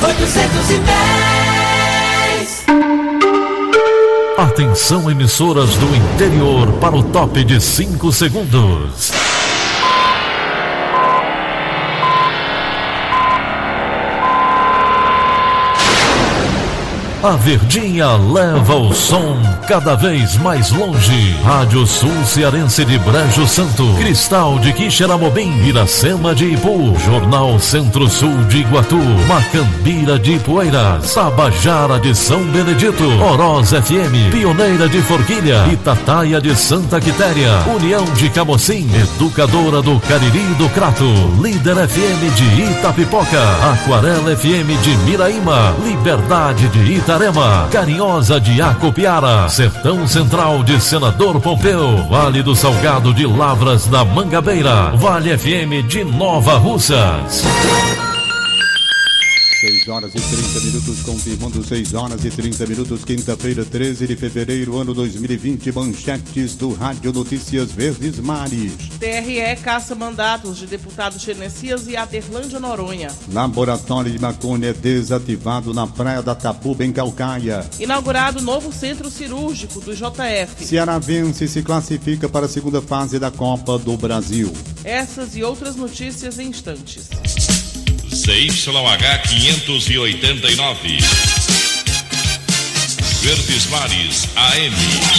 Atenção, emissoras do interior, para o top de 5 segundos. A Verdinha leva o som cada vez mais longe. Rádio Sul Cearense de Brejo Santo, Cristal de Quixeramobim, Iracema de Ipu, Jornal Centro-Sul de Iguatu, Macambira de Ipueiras, Tabajara de São Benedito, Oroz FM, Pioneira de Forquilha, Itataia de Santa Quitéria, União de Camocim, Educadora do Cariri do Crato, Líder FM de Itapipoca, Aquarela FM de Miraíma, Liberdade de Itarema, Carinhosa de Acopiara, Sertão Central de Senador Pompeu, Vale do Salgado de Lavras da Mangabeira, Vale FM de Nova Russas. 6 horas e 30 minutos, confirmando 6 horas e 30 minutos, quinta-feira, 13 de fevereiro, ano 2020, manchetes do Rádio Notícias Verdes Mares. TRE caça mandatos de deputados Genesias e Aderlândia Noronha. Laboratório de maconha é desativado na Praia da Tapuba, em Calcaia. Inaugurado novo centro cirúrgico do JF. Ceará vence e se classifica para a segunda fase da Copa do Brasil. Essas e outras notícias em instantes. ZYH 589 Verdes Mares AM.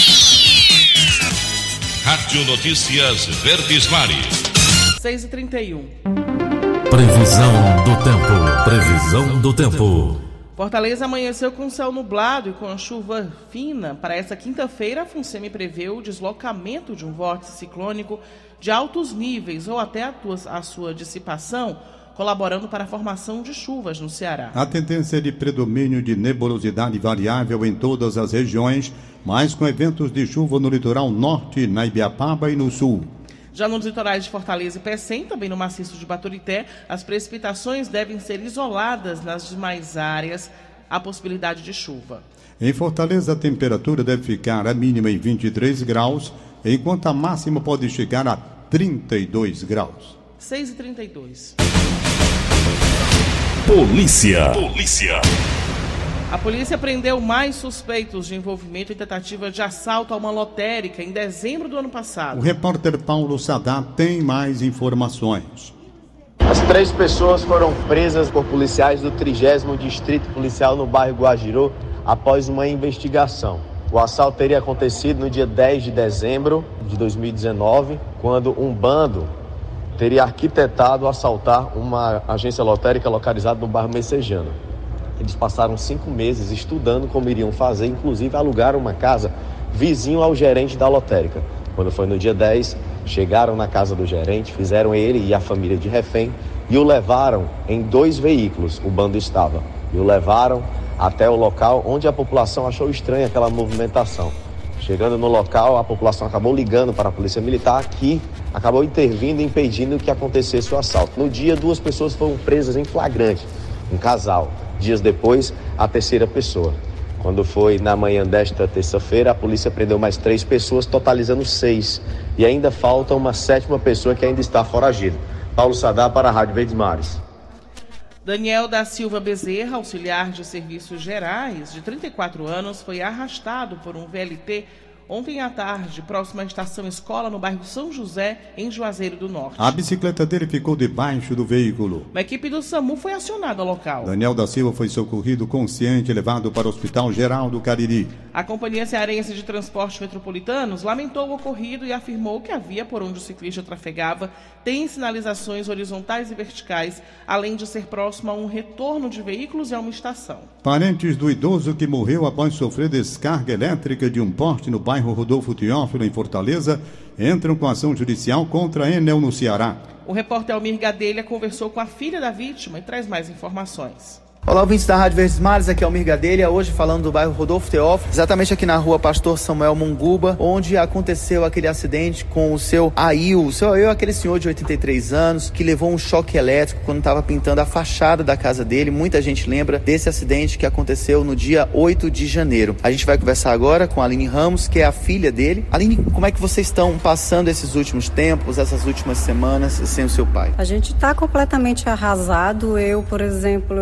Rádio Notícias Verdes Mares. 6h31. Previsão do tempo. Previsão do tempo. Fortaleza amanheceu com céu nublado e com chuva fina. Para essa quinta-feira, a FUNSEMI prevê o deslocamento de um vórtice ciclônico de altos níveis ou até a sua dissipação, colaborando para a formação de chuvas no Ceará. A tendência é de predomínio de nebulosidade variável em todas as regiões, mas com eventos de chuva no litoral norte, na Ibiapaba e no sul. Já nos litorais de Fortaleza e Pecém, também no maciço de Baturité, as precipitações devem ser isoladas nas demais áreas, há possibilidade de chuva. Em Fortaleza, a temperatura deve ficar a mínima em 23 graus, enquanto a máxima pode chegar a 32 graus. 6h32. Polícia. A polícia prendeu mais suspeitos de envolvimento em tentativa de assalto a uma lotérica em dezembro do ano passado. O repórter Paulo Sadá tem mais informações. As 3 pessoas foram presas por policiais do 30º Distrito Policial no bairro Guajirô após uma investigação. O assalto teria acontecido no dia 10 de dezembro de 2019, quando um bando teria arquitetado assaltar uma agência lotérica localizada no bairro Messejana. Eles passaram 5 meses estudando como iriam fazer, inclusive alugaram uma casa vizinho ao gerente da lotérica. Quando foi no dia 10, chegaram na casa do gerente, fizeram ele e a família de refém e o levaram em 2 veículos, o bando estava, e o levaram até o local onde a população achou estranha aquela movimentação. Chegando no local, a população acabou ligando para a polícia militar, que acabou intervindo e impedindo que acontecesse o assalto. No dia, 2 pessoas foram presas em flagrante, um casal. Dias depois, a 3ª pessoa. Quando foi na manhã desta terça-feira, a polícia prendeu mais 3 pessoas, totalizando 6. E ainda falta uma 7ª pessoa que ainda está foragida. Paulo Sadá para a Rádio Verdes Mares. Daniel da Silva Bezerra, auxiliar de serviços gerais, de 34 anos, foi arrastado por um VLT ontem à tarde, próximo à estação escola, no bairro São José, em Juazeiro do Norte. A bicicleta dele ficou debaixo do veículo. Uma equipe do SAMU foi acionada ao local. Daniel da Silva foi socorrido consciente e levado para o Hospital Geral do Cariri. A Companhia Cearense de Transportes Metropolitanos lamentou o ocorrido e afirmou que a via por onde o ciclista trafegava tem sinalizações horizontais e verticais, além de ser próximo a um retorno de veículos e a uma estação. Parentes do idoso que morreu após sofrer descarga elétrica de um poste no bairro Rodolfo Teófilo, em Fortaleza, entram com ação judicial contra a Enel no Ceará. O repórter Almir Gadelha conversou com a filha da vítima e traz mais informações. Olá, ouvintes da Rádio Verdes Mares, aqui é Almir Gadelha, hoje falando do bairro Rodolfo Teófilo, exatamente aqui na rua Pastor Samuel Munguba, onde aconteceu aquele acidente com o seu Ail. O seu Ail é aquele senhor de 83 anos que levou um choque elétrico quando estava pintando a fachada da casa dele. Muita gente lembra desse acidente que aconteceu no dia 8 de janeiro. A gente vai conversar agora com a Aline Ramos, que é a filha dele. Aline, como é que vocês estão passando esses últimos tempos, essas últimas semanas sem o seu pai? A gente está completamente arrasado. Eu, por exemplo, eu estou dormindo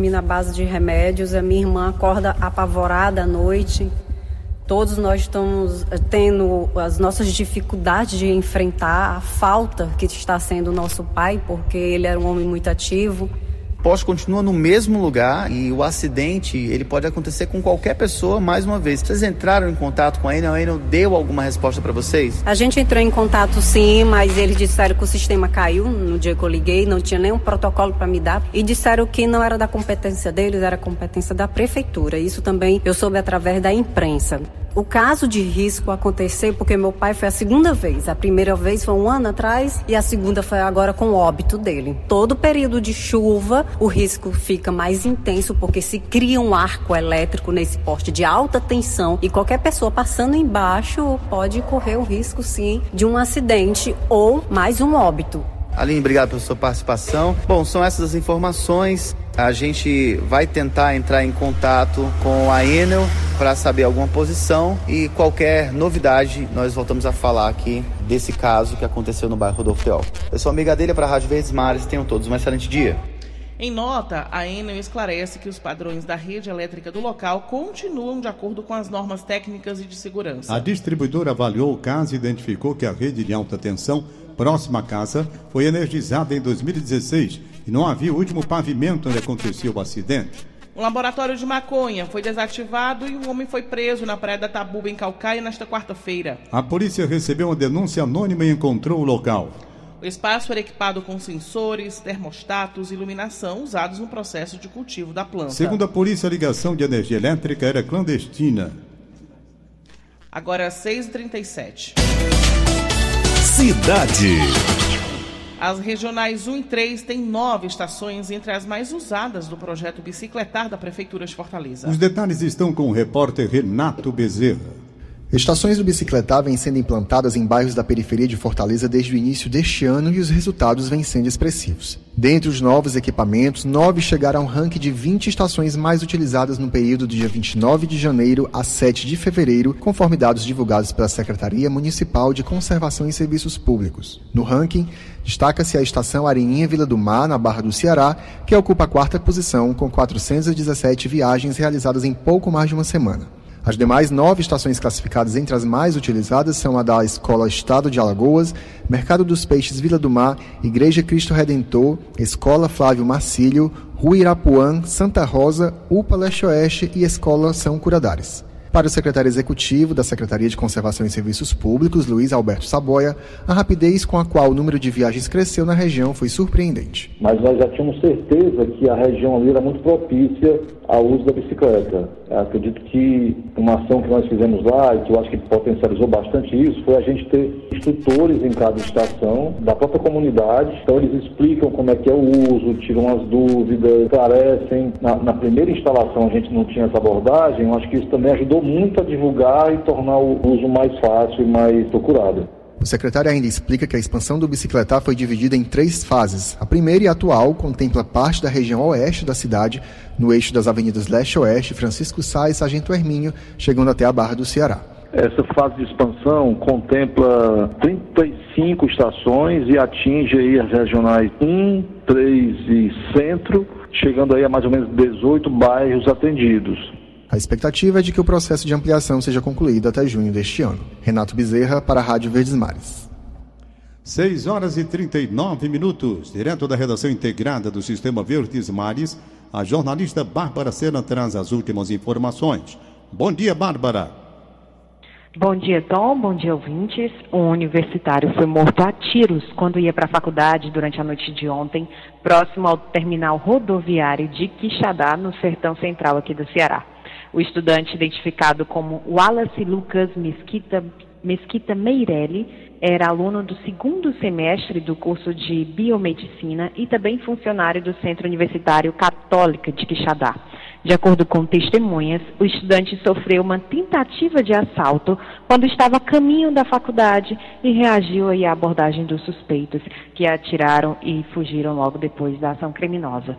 dormindo à base de remédios, a minha irmã acorda apavorada à noite. Todos nós estamos tendo as nossas dificuldades de enfrentar a falta que está sendo o nosso pai, porque ele era um homem muito ativo. O poste continua no mesmo lugar e o acidente ele pode acontecer com qualquer pessoa mais uma vez. Vocês entraram em contato com a Enel deu alguma resposta para vocês? A gente entrou em contato sim, mas eles disseram que o sistema caiu no dia que eu liguei, não tinha nenhum protocolo para me dar e disseram que não era da competência deles, era competência da prefeitura. Isso também eu soube através da imprensa. O caso de risco aconteceu porque meu pai foi a segunda vez. A primeira vez foi 1 ano atrás e a segunda foi agora com o óbito dele. Todo período de chuva, o risco fica mais intenso porque se cria um arco elétrico nesse poste de alta tensão e qualquer pessoa passando embaixo pode correr o risco, sim, de um acidente ou mais um óbito. Aline, obrigado pela sua participação. Bom, são essas as informações. A gente vai tentar entrar em contato com a Enel para saber alguma posição e qualquer novidade nós voltamos a falar aqui desse caso que aconteceu no bairro Rodolfo Teófilo. Eu sou amiga dele para a Rádio Verdes Mares. Tenham todos um excelente dia. Em nota, a Enel esclarece que os padrões da rede elétrica do local continuam de acordo com as normas técnicas e de segurança. A distribuidora avaliou o caso e identificou que a rede de alta tensão próxima à casa foi energizada em 2016 e não havia o último pavimento onde aconteceu o acidente. Um laboratório de maconha foi desativado e um homem foi preso na praia da Tabuba, em Caucaia, nesta quarta-feira. A polícia recebeu uma denúncia anônima e encontrou o local. O espaço era equipado com sensores, termostatos e iluminação usados no processo de cultivo da planta. Segundo a polícia, a ligação de energia elétrica era clandestina. Agora 6h37. Cidade. As regionais 1 e 3 têm 9 estações entre as mais usadas do projeto Bicicletar da Prefeitura de Fortaleza. Os detalhes estão com o repórter Renato Bezerra. Estações do Bicicletar vêm sendo implantadas em bairros da periferia de Fortaleza desde o início deste ano e os resultados vêm sendo expressivos. Dentre os novos equipamentos, 9 chegaram ao ranking de 20 estações mais utilizadas no período do dia 29 de janeiro a 7 de fevereiro, conforme dados divulgados pela Secretaria Municipal de Conservação e Serviços Públicos. No ranking, destaca-se a estação Areninha Vila do Mar, na Barra do Ceará, que ocupa a 4ª posição, com 417 viagens realizadas em pouco mais de uma semana. As demais 9 estações classificadas entre as mais utilizadas são a da Escola Estado de Alagoas, Mercado dos Peixes Vila do Mar, Igreja Cristo Redentor, Escola Flávio Marcílio, Rua Irapuã, Santa Rosa, UPA Leste-Oeste e Escola São Curadares. Para o secretário executivo da Secretaria de Conservação e Serviços Públicos, Luiz Alberto Saboia, a rapidez com a qual o número de viagens cresceu na região foi surpreendente. Mas nós já tínhamos certeza que a região ali era muito propícia ao uso da bicicleta. Eu acredito que uma ação que nós fizemos lá, e que eu acho que potencializou bastante isso, foi a gente ter instrutores em cada estação, da própria comunidade. Então eles explicam como é que é o uso, tiram as dúvidas, esclarecem. Na primeira instalação a gente não tinha essa abordagem, eu acho que isso também ajudou muito a divulgar e tornar o uso mais fácil e mais procurado. O secretário ainda explica que a expansão do Bicicletar foi dividida em 3 fases. A primeira e atual contempla parte da região oeste da cidade, no eixo das avenidas Leste-Oeste, Francisco Sá e Sargento Hermínio, chegando até a Barra do Ceará. Essa fase de expansão contempla 35 estações e atinge aí as regionais 1, 3 e Centro, chegando aí a mais ou menos 18 bairros atendidos. A expectativa é de que o processo de ampliação seja concluído até junho deste ano. Renato Bezerra, para a Rádio Verdes Mares. 6h39, direto da redação integrada do Sistema Verdes Mares, a jornalista Bárbara Sena traz as últimas informações. Bom dia, Bárbara. Bom dia, Tom. Bom dia, ouvintes. Um universitário foi morto a tiros quando ia para a faculdade durante a noite de ontem, próximo ao terminal rodoviário de Quixadá, no sertão central aqui do Ceará. O estudante, identificado como Wallace Lucas Mesquita Meirelli, era aluno do 2º semestre do curso de Biomedicina e também funcionário do Centro Universitário Católica de Quixadá. De acordo com testemunhas, o estudante sofreu uma tentativa de assalto quando estava a caminho da faculdade e reagiu aí à abordagem dos suspeitos, que atiraram e fugiram logo depois da ação criminosa.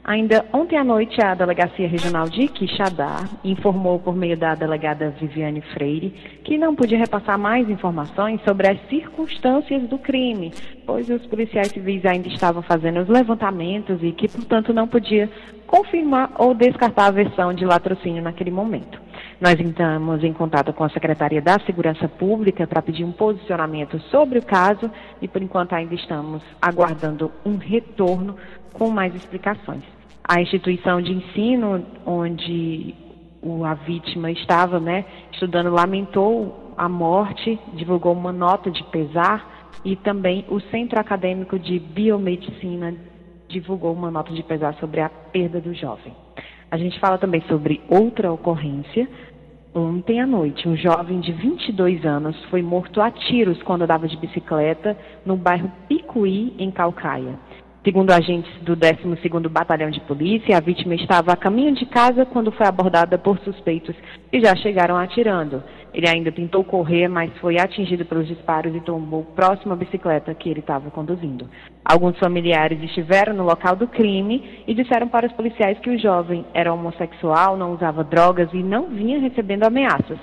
Ainda ontem à noite, a Delegacia Regional de Quixadá informou por meio da delegada Viviane Freire que não podia repassar mais informações sobre as circunstâncias do crime, pois os policiais civis ainda estavam fazendo os levantamentos e que, portanto, não podia confirmar ou descartar a versão de latrocínio naquele momento. Nós entramos em contato com a Secretaria da Segurança Pública para pedir um posicionamento sobre o caso e, por enquanto, ainda estamos aguardando um retorno com mais explicações. A instituição de ensino onde a vítima estava, estudando, lamentou a morte, divulgou uma nota de pesar, e também o Centro Acadêmico de Biomedicina divulgou uma nota de pesar sobre a perda do jovem. A gente fala também sobre outra ocorrência. Ontem à noite, um jovem de 22 anos foi morto a tiros quando andava de bicicleta no bairro Picuí, em Caucaia. Segundo agentes do 12º Batalhão de Polícia, a vítima estava a caminho de casa quando foi abordada por suspeitos que já chegaram atirando. Ele ainda tentou correr, mas foi atingido pelos disparos e tombou próximo à bicicleta que ele estava conduzindo. Alguns familiares estiveram no local do crime e disseram para os policiais que o jovem era homossexual, não usava drogas e não vinha recebendo ameaças.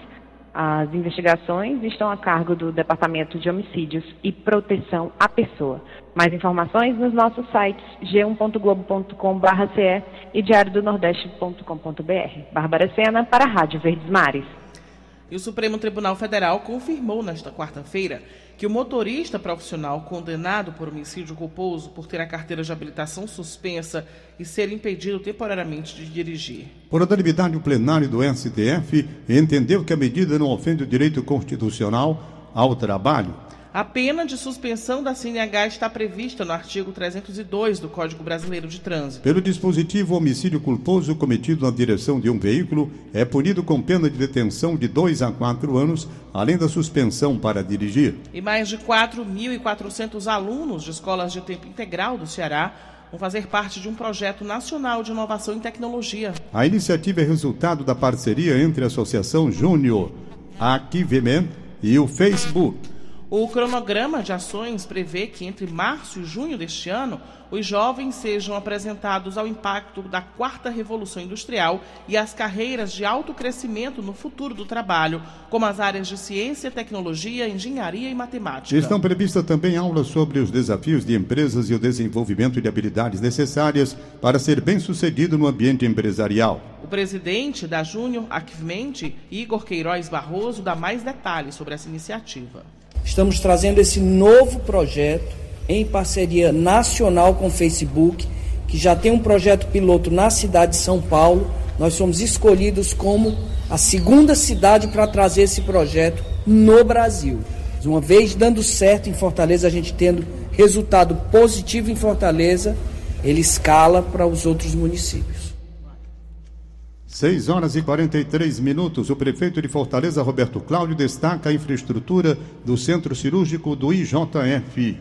As investigações estão a cargo do Departamento de Homicídios e Proteção à Pessoa. Mais informações nos nossos sites g1.globo.com/ce e diariodonordeste.com.br. Bárbara Sena para a Rádio Verdes Mares. E o Supremo Tribunal Federal confirmou nesta quarta-feira que o motorista profissional condenado por homicídio culposo por ter a carteira de habilitação suspensa e ser impedido temporariamente de dirigir. Por unanimidade, o plenário do STF entendeu que a medida não ofende o direito constitucional ao trabalho. A pena de suspensão da CNH está prevista no artigo 302 do Código Brasileiro de Trânsito. Pelo dispositivo, o homicídio culposo cometido na direção de um veículo é punido com pena de detenção de 2 a 4 anos, além da suspensão para dirigir. E mais de 4.400 alunos de escolas de tempo integral do Ceará vão fazer parte de um projeto nacional de inovação em tecnologia. A iniciativa é resultado da parceria entre a Associação Júnior, a Akivemen e o Facebook. O cronograma de ações prevê que entre março e junho deste ano, os jovens sejam apresentados ao impacto da 4ª Revolução Industrial e às carreiras de alto crescimento no futuro do trabalho, como as áreas de ciência, tecnologia, engenharia e matemática. Estão previstas também aulas sobre os desafios de empresas e o desenvolvimento de habilidades necessárias para ser bem-sucedido no ambiente empresarial. O presidente da Júnior Acvement, Igor Queiroz Barroso, dá mais detalhes sobre essa iniciativa. Estamos trazendo esse novo projeto em parceria nacional com o Facebook, que já tem um projeto piloto na cidade de São Paulo. Nós somos escolhidos como a 2ª cidade para trazer esse projeto no Brasil. Uma vez dando certo em Fortaleza, a gente tendo resultado positivo em Fortaleza, ele escala para os outros municípios. 6 horas e 43 minutos. O prefeito de Fortaleza, Roberto Cláudio, destaca a infraestrutura do centro cirúrgico do IJF.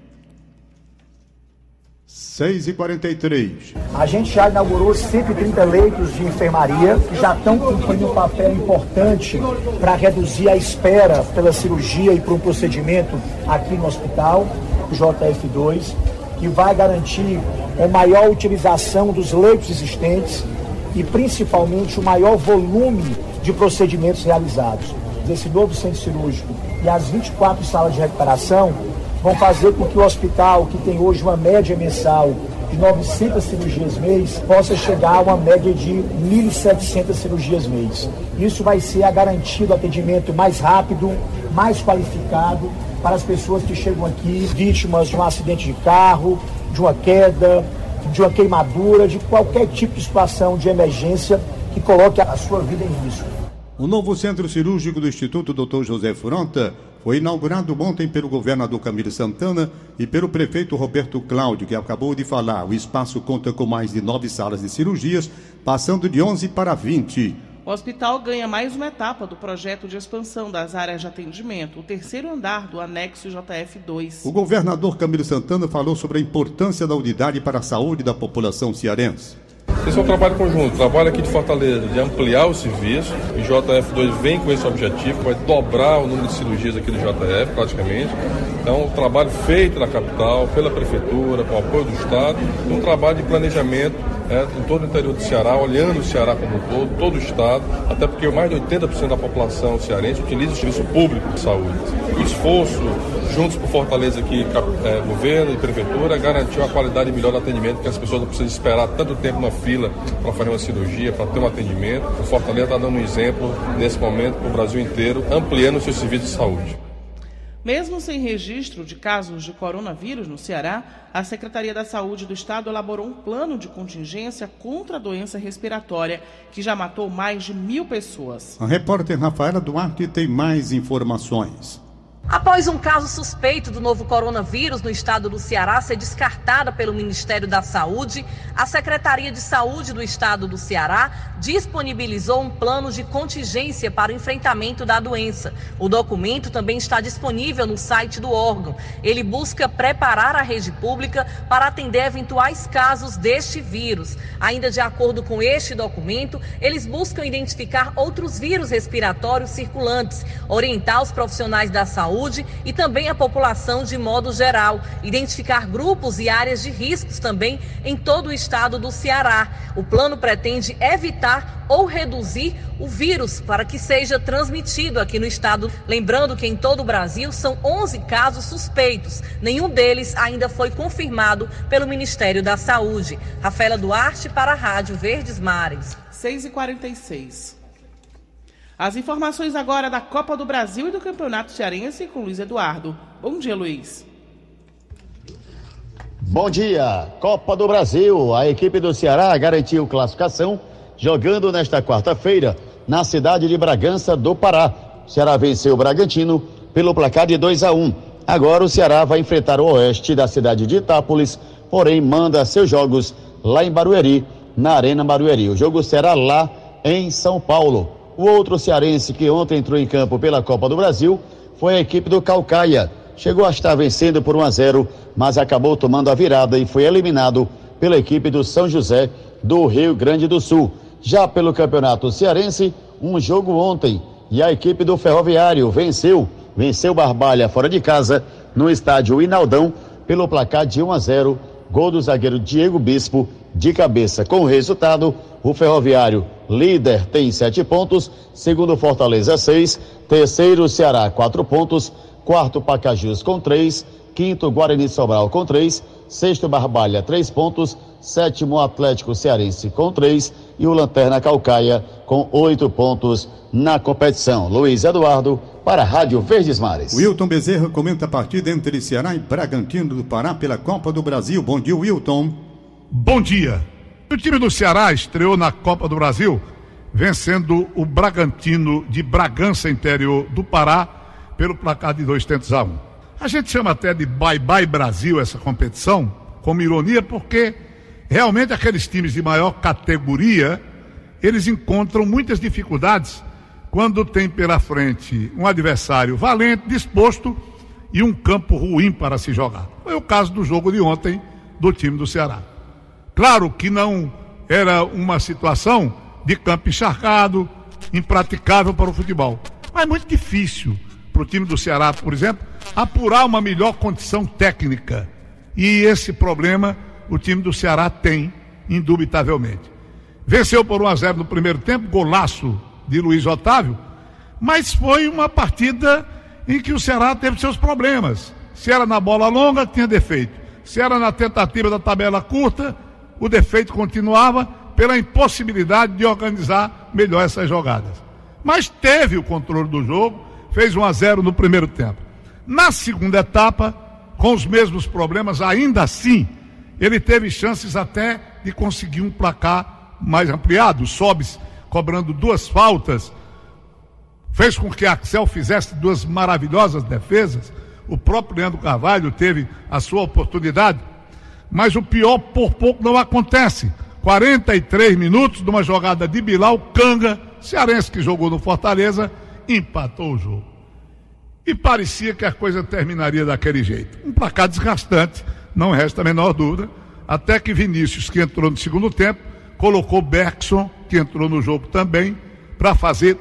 6h43. A gente já inaugurou 130 leitos de enfermaria que já estão cumprindo um papel importante para reduzir a espera pela cirurgia e por um procedimento aqui no hospital, o JF2, que vai garantir a maior utilização dos leitos existentes e principalmente o maior volume de procedimentos realizados. Esse novo centro cirúrgico e as 24 salas de recuperação vão fazer com que o hospital, que tem hoje uma média mensal de 900 cirurgias mês, possa chegar a uma média de 1.700 cirurgias mês. Isso vai ser a garantia do atendimento mais rápido, mais qualificado para as pessoas que chegam aqui vítimas de um acidente de carro, de uma queda, de uma queimadura, de qualquer tipo de situação de emergência que coloque a sua vida em risco. O novo centro cirúrgico do Instituto Dr. José Fronta foi inaugurado ontem pelo governador Camilo Santana e pelo prefeito Roberto Cláudio, que acabou de falar. O espaço conta com mais de 9 salas de cirurgias, passando de 11 para 20. O hospital ganha mais uma etapa do projeto de expansão das áreas de atendimento, o 3º andar do anexo JF2. O governador Camilo Santana falou sobre a importância da unidade para a saúde da população cearense. Esse é um trabalho conjunto, trabalho aqui de Fortaleza de ampliar o serviço. O JF2 vem com esse objetivo, vai dobrar o número de cirurgias aqui do JF praticamente. Então, um trabalho feito na capital, pela prefeitura, com o apoio do Estado, um trabalho de planejamento em todo o interior do Ceará, olhando o Ceará como um todo o estado, até porque mais de 80% da população cearense utiliza o serviço público de saúde. O esforço, juntos por Fortaleza aqui, governo e prefeitura, garantiu a qualidade melhor do atendimento, que as pessoas não precisam esperar tanto tempo na fila para fazer uma cirurgia, para ter um atendimento. O Fortaleza está dando um exemplo nesse momento para o Brasil inteiro, ampliando o seu serviço de saúde. Mesmo sem registro de casos de coronavírus no Ceará, a Secretaria da Saúde do Estado elaborou um plano de contingência contra a doença respiratória, que já matou mais de 1.000 pessoas. A repórter Rafaela Duarte tem mais informações. Após um caso suspeito do novo coronavírus no estado do Ceará ser descartada pelo Ministério da Saúde, a Secretaria de Saúde do estado do Ceará disponibilizou um plano de contingência para o enfrentamento da doença. O documento também está disponível no site do órgão. Ele busca preparar a rede pública para atender eventuais casos deste vírus. Ainda de acordo com este documento, eles buscam identificar outros vírus respiratórios circulantes, orientar os profissionais da saúde e também a população de modo geral, identificar grupos e áreas de riscos também em todo o estado do Ceará. O plano pretende evitar ou reduzir o vírus para que seja transmitido aqui no estado. Lembrando que em todo o Brasil são 11 casos suspeitos. Nenhum deles ainda foi confirmado pelo Ministério da Saúde. Rafaela Duarte para a Rádio Verdes Mares. 6h46. As informações agora da Copa do Brasil e do Campeonato Cearense com Luiz Eduardo. Bom dia, Luiz. Bom dia. Copa do Brasil. A equipe do Ceará garantiu classificação jogando nesta quarta-feira na cidade de Bragança do Pará. O Ceará venceu o Bragantino pelo placar de 2-1. Agora o Ceará vai enfrentar o oeste da cidade de Itápolis, porém manda seus jogos lá em Barueri, na Arena Barueri. O jogo será lá em São Paulo. O outro cearense que ontem entrou em campo pela Copa do Brasil foi a equipe do Caucaia. Chegou a estar vencendo por 1-0, mas acabou tomando a virada e foi eliminado pela equipe do São José do Rio Grande do Sul. Já pelo Campeonato Cearense, um jogo ontem e a equipe do Ferroviário venceu Barbalha fora de casa no estádio Inaldão pelo placar de 1-0. Gol do zagueiro Diego Bispo de cabeça. Com o resultado, o Ferroviário, líder, tem 7 pontos, segundo Fortaleza 6, terceiro Ceará 4 pontos, quarto Pacajus com 3, quinto Guarani de Sobral com 3, sexto Barbalha 3 pontos, sétimo Atlético Cearense com 3 e o Lanterna Caucaia com 8 pontos na competição. Luiz Eduardo para a Rádio Verdes Mares. Wilton Bezerra comenta a partida entre Ceará e Bragantino do Pará pela Copa do Brasil. Bom dia, Wilton. Bom dia. O time do Ceará estreou na Copa do Brasil vencendo o Bragantino de Bragança, interior do Pará, pelo placar de 2-1. A gente chama até de Bye Bye Brasil essa competição, como ironia, porque realmente aqueles times de maior categoria, eles encontram muitas dificuldades quando tem pela frente um adversário valente, disposto e um campo ruim para se jogar. Foi o caso do jogo de ontem do time do Ceará. Claro que não era uma situação de campo encharcado, impraticável para o futebol, mas muito difícil para o time do Ceará, por exemplo, apurar uma melhor condição técnica. E esse problema o time do Ceará tem, indubitavelmente. Venceu por 1-0 no primeiro tempo, golaço de Luiz Otávio, mas foi uma partida em que o Ceará teve seus problemas. Se era na bola longa, tinha defeito. Se era na tentativa da tabela curta, o defeito continuava pela impossibilidade de organizar melhor essas jogadas. Mas teve o controle do jogo, fez 1-0 no primeiro tempo. Na segunda etapa, com os mesmos problemas, ainda assim, ele teve chances até de conseguir um placar mais ampliado. O Sobis, cobrando 2 faltas, fez com que Axel fizesse 2 maravilhosas defesas. O próprio Leandro Carvalho teve a sua oportunidade, mas o pior por pouco não acontece. 43 minutos de uma jogada de Bilal Canga, cearense que jogou no Fortaleza, empatou o jogo. E parecia que a coisa terminaria daquele jeito. Um placar desgastante, não resta a menor dúvida, até que Vinícius, que entrou no segundo tempo, colocou Bergson, que entrou no jogo também, para fazer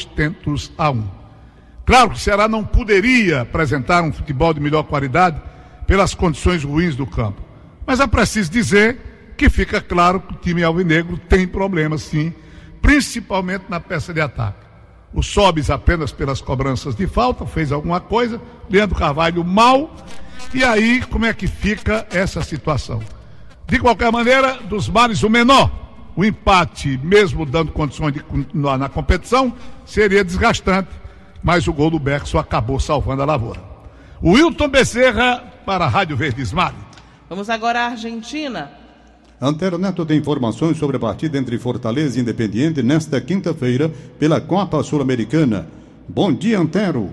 2-1. Claro que o Ceará não poderia apresentar um futebol de melhor qualidade pelas condições ruins do campo. Mas é preciso dizer que fica claro que o time alvinegro tem problemas, sim, principalmente na peça de ataque. O Sobis apenas pelas cobranças de falta, fez alguma coisa, Leandro Carvalho mal, e aí como é que fica essa situação? De qualquer maneira, dos males o menor. O empate, mesmo dando condições de continuar na competição, seria desgastante, mas o gol do Bergson acabou salvando a lavoura. O Wilton Bezerra para a Rádio Verdes Mares. Vamos agora à Argentina. Antero Neto tem informações sobre a partida entre Fortaleza e Independiente nesta quinta-feira pela Copa Sul-Americana. Bom dia, Antero.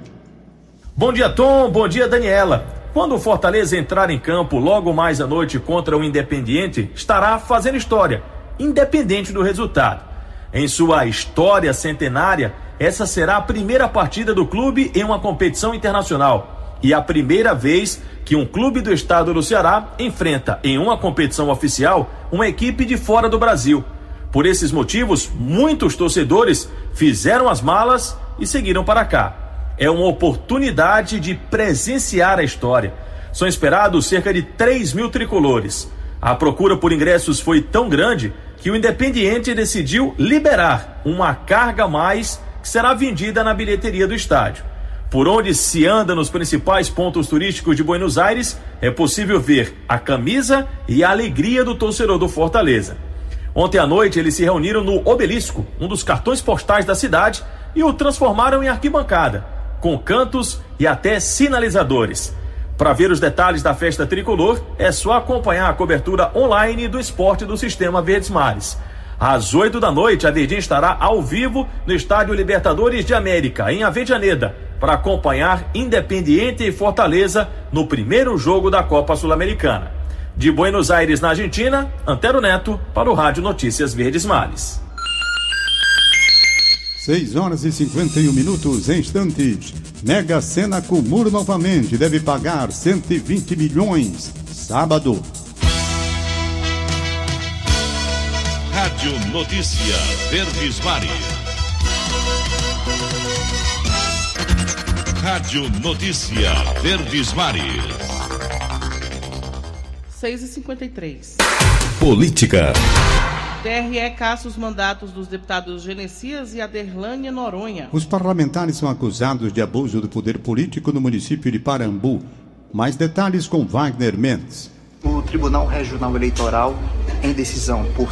Bom dia, Tom. Bom dia, Daniela. Quando o Fortaleza entrar em campo logo mais à noite contra o Independiente, estará fazendo história, independente do resultado. Em sua história centenária, essa será a primeira partida do clube em uma competição internacional e a primeira vez que um clube do estado do Ceará enfrenta em uma competição oficial uma equipe de fora do Brasil. Por esses motivos, muitos torcedores fizeram as malas e seguiram para cá. É uma oportunidade de presenciar a história. São esperados cerca de 3.000 tricolores. A procura por ingressos foi tão grande que o Independiente decidiu liberar uma carga a mais que será vendida na bilheteria do estádio. Por onde se anda nos principais pontos turísticos de Buenos Aires, é possível ver a camisa e a alegria do torcedor do Fortaleza. Ontem à noite eles se reuniram no Obelisco, um dos cartões postais da cidade, e o transformaram em arquibancada, com cantos e até sinalizadores. Para ver os detalhes da festa tricolor, é só acompanhar a cobertura online do esporte do Sistema Verdes Mares. Às 8 da noite, a Verdinha estará ao vivo no Estádio Libertadores de América, em Avejaneda, para acompanhar Independiente e Fortaleza no primeiro jogo da Copa Sul-Americana. De Buenos Aires, na Argentina, Antero Neto, para o Rádio Notícias Verdes Mares. 6 horas e 51 minutos, em instantes. Mega Sena Kumur novamente deve pagar 120 milhões. Sábado. Rádio Notícia Verdes Mares. Rádio Notícia Verdes Mares. 6h53. Política. TRE caça os mandatos dos deputados Genesias e Aderlânia Noronha. Os parlamentares são acusados de abuso do poder político no município de Parambu. Mais detalhes com Wagner Mendes. O Tribunal Regional Eleitoral, em decisão por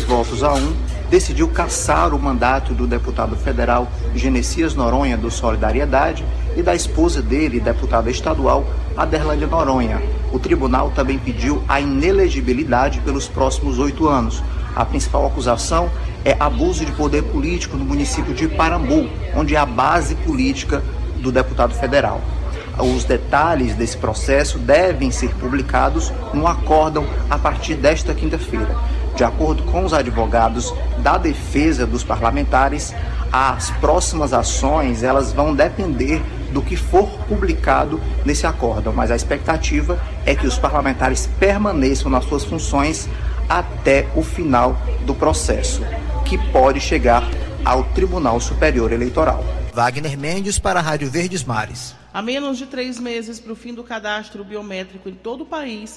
6-1, decidiu cassar o mandato do deputado federal Genesias Noronha, do Solidariedade, e da esposa dele, deputada estadual Aderlânia Noronha. O tribunal também pediu a inelegibilidade pelos próximos 8 anos. A principal acusação é abuso de poder político no município de Parambu, onde é a base política do deputado federal. Os detalhes desse processo devem ser publicados no acórdão a partir desta quinta-feira. De acordo com os advogados da defesa dos parlamentares, as próximas ações elas vão depender do que for publicado nesse acórdão, mas a expectativa é que os parlamentares permaneçam nas suas funções até o final do processo, que pode chegar ao Tribunal Superior Eleitoral. Wagner Mendes para a Rádio Verdes Mares. Há menos de 3 meses para o fim do cadastro biométrico em todo o país,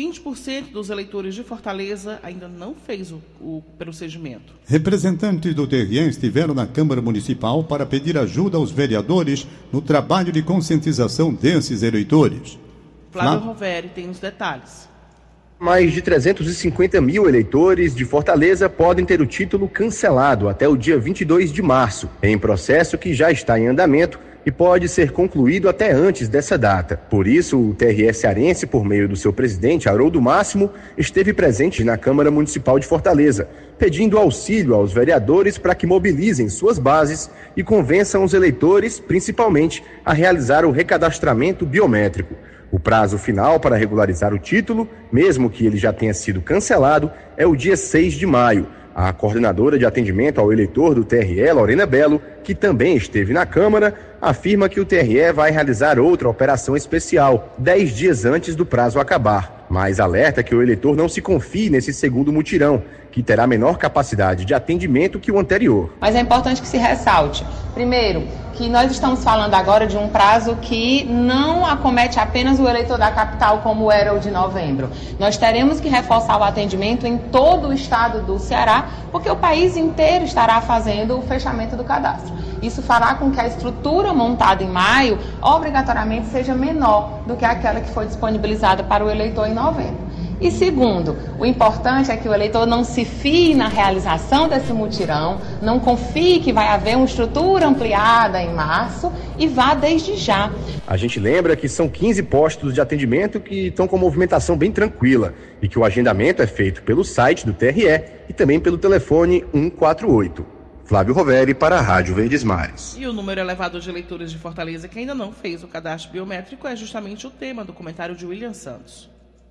20% dos eleitores de Fortaleza ainda não fez o procedimento. Representantes do TRE estiveram na Câmara Municipal para pedir ajuda aos vereadores no trabalho de conscientização desses eleitores. Flávio Roveri tem os detalhes. Mais de 350 mil eleitores de Fortaleza podem ter o título cancelado até o dia 22 de março, em processo que já está em andamento e pode ser concluído até antes dessa data. Por isso, o TRE cearense, por meio do seu presidente, Haroldo Máximo, esteve presente na Câmara Municipal de Fortaleza, pedindo auxílio aos vereadores para que mobilizem suas bases e convençam os eleitores, principalmente, a realizar o recadastramento biométrico. O prazo final para regularizar o título, mesmo que ele já tenha sido cancelado, é o dia 6 de maio. A coordenadora de atendimento ao eleitor do TRE, Lorena Belo, que também esteve na Câmara, afirma que o TRE vai realizar outra operação especial, 10 dias antes do prazo acabar. Mas alerta que o eleitor não se confie nesse segundo mutirão, que terá menor capacidade de atendimento que o anterior. Mas é importante que se ressalte, primeiro, que nós estamos falando agora de um prazo que não acomete apenas o eleitor da capital como era o de novembro. Nós teremos que reforçar o atendimento em todo o estado do Ceará, porque o país inteiro estará fazendo o fechamento do cadastro. Isso fará com que a estrutura montada em maio, obrigatoriamente, seja menor do que aquela que foi disponibilizada para o eleitor em novembro. E segundo, o importante é que o eleitor não se fie na realização desse mutirão, não confie que vai haver uma estrutura ampliada em março e vá desde já. A gente lembra que são 15 postos de atendimento que estão com movimentação bem tranquila e que o agendamento é feito pelo site do TRE e também pelo telefone 148. Flávio Roveri para a Rádio Verdes Mares. E o número elevado de eleitores de Fortaleza que ainda não fez o cadastro biométrico é justamente o tema do comentário de William Santos.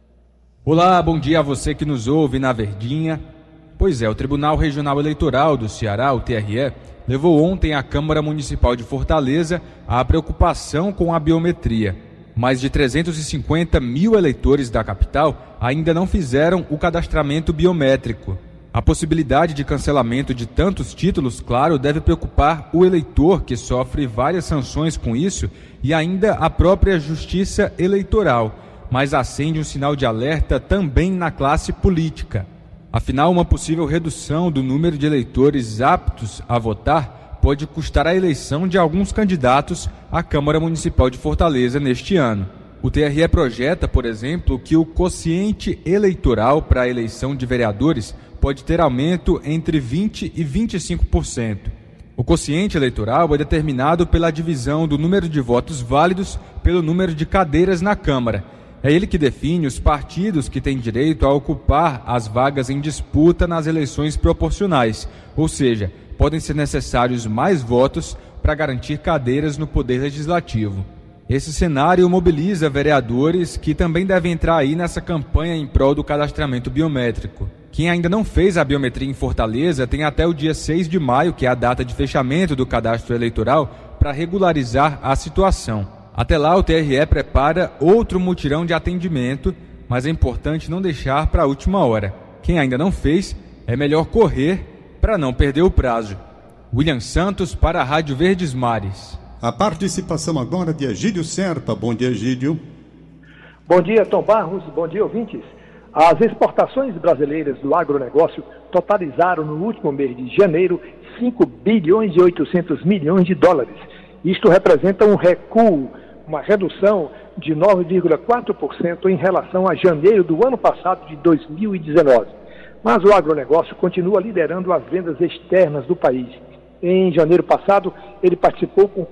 Olá, bom dia a você que nos ouve na Verdinha. Pois é, o Tribunal Regional Eleitoral do Ceará, o TRE, levou ontem à Câmara Municipal de Fortaleza a preocupação com a biometria. Mais de 350 mil eleitores da capital ainda não fizeram o cadastramento biométrico. A possibilidade de cancelamento de tantos títulos, claro, deve preocupar o eleitor, que sofre várias sanções com isso, e ainda a própria Justiça Eleitoral, mas acende um sinal de alerta também na classe política. Afinal, uma possível redução do número de eleitores aptos a votar pode custar a eleição de alguns candidatos à Câmara Municipal de Fortaleza neste ano. O TRE projeta, por exemplo, que o quociente eleitoral para a eleição de vereadores pode ter aumento entre 20% e 25%. O quociente eleitoral é determinado pela divisão do número de votos válidos pelo número de cadeiras na Câmara. É ele que define os partidos que têm direito a ocupar as vagas em disputa nas eleições proporcionais, ou seja, podem ser necessários mais votos para garantir cadeiras no Poder Legislativo. Esse cenário mobiliza vereadores que também devem entrar aí nessa campanha em prol do cadastramento biométrico. Quem ainda não fez a biometria em Fortaleza tem até o dia 6 de maio, que é a data de fechamento do cadastro eleitoral, para regularizar a situação. Até lá, o TRE prepara outro mutirão de atendimento, mas é importante não deixar para a última hora. Quem ainda não fez, é melhor correr para não perder o prazo. William Santos para a Rádio Verdes Mares. A participação agora de Egídio Serpa. Bom dia, Egídio. Bom dia, Tom Barros. Bom dia, ouvintes. As exportações brasileiras do agronegócio totalizaram no último mês de janeiro 5 bilhões e 800 milhões de dólares. Isto representa um recuo, uma redução de 9,4% em relação a janeiro do ano passado de 2019. Mas o agronegócio continua liderando as vendas externas do país. Em janeiro passado, ele participou com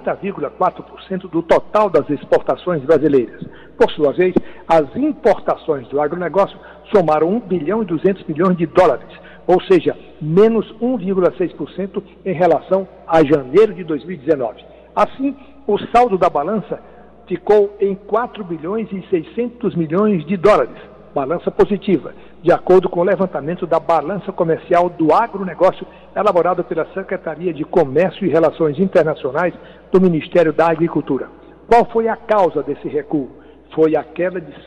40,4% do total das exportações brasileiras. Por sua vez, as importações do agronegócio somaram 1 bilhão e 200 milhões de dólares, ou seja, menos 1,6% em relação a janeiro de 2019. Assim, o saldo da balança ficou em 4 bilhões e 600 milhões de dólares, balança positiva, de acordo com o levantamento da balança comercial do agronegócio elaborado pela Secretaria de Comércio e Relações Internacionais do Ministério da Agricultura. Qual foi a causa desse recuo? Foi a queda de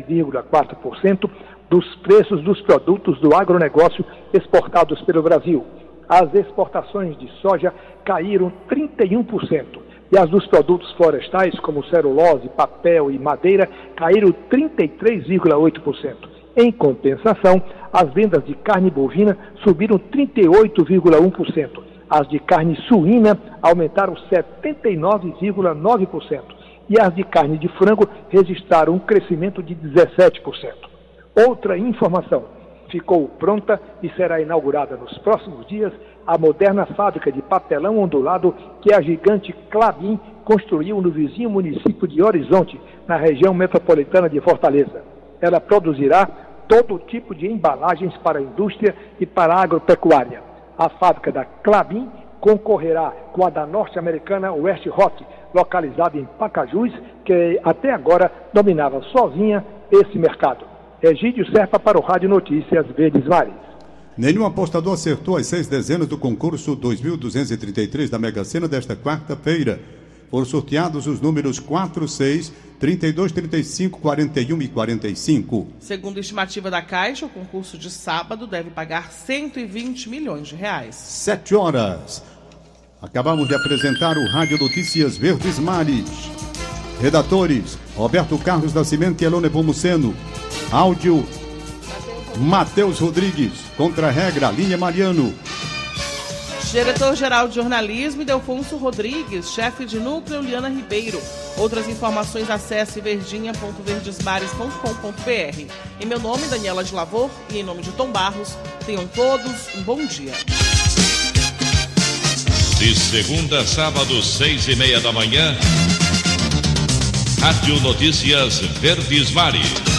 7,4% dos preços dos produtos do agronegócio exportados pelo Brasil. As exportações de soja caíram 31% e as dos produtos florestais, como celulose, papel e madeira, caíram 33,8%. Em compensação, as vendas de carne bovina subiram 38,1%. As de carne suína aumentaram 79,9%. E as de carne de frango registraram um crescimento de 17%. Outra informação: ficou pronta e será inaugurada nos próximos dias a moderna fábrica de papelão ondulado que a gigante Klabin construiu no vizinho município de Horizonte, na região metropolitana de Fortaleza. Ela produzirá todo tipo de embalagens para a indústria e para a agropecuária. A fábrica da Klabin concorrerá com a da norte-americana Westhought, localizada em Pacajus, que até agora dominava sozinha esse mercado. Egídio Serpa para o Rádio Notícias Verdes Mares. Nenhum apostador acertou as 6 dezenas do concurso 2.233 da Mega Sena desta quarta-feira. Foram sorteados os números 4, 6, 32, 35, 41 e 45. Segundo a estimativa da Caixa, o concurso de sábado deve pagar 120 milhões de reais. 7 horas. Acabamos de apresentar o Rádio Notícias Verdes Mares. Redatores: Roberto Carlos Nascimento e Elone Pomuceno. Áudio: Matheus Rodrigues. Contra-regra: Linha Mariano. Diretor-geral de jornalismo: Delfonso Rodrigues. Chefe de núcleo: Liana Ribeiro. Outras informações, acesse verdinha.verdesmares.com.br. Em meu nome, Daniela de Lavor, e em nome de Tom Barros, tenham todos um bom dia. De segunda a sábado, 6:30 da manhã, Rádio Notícias Verdes Mares.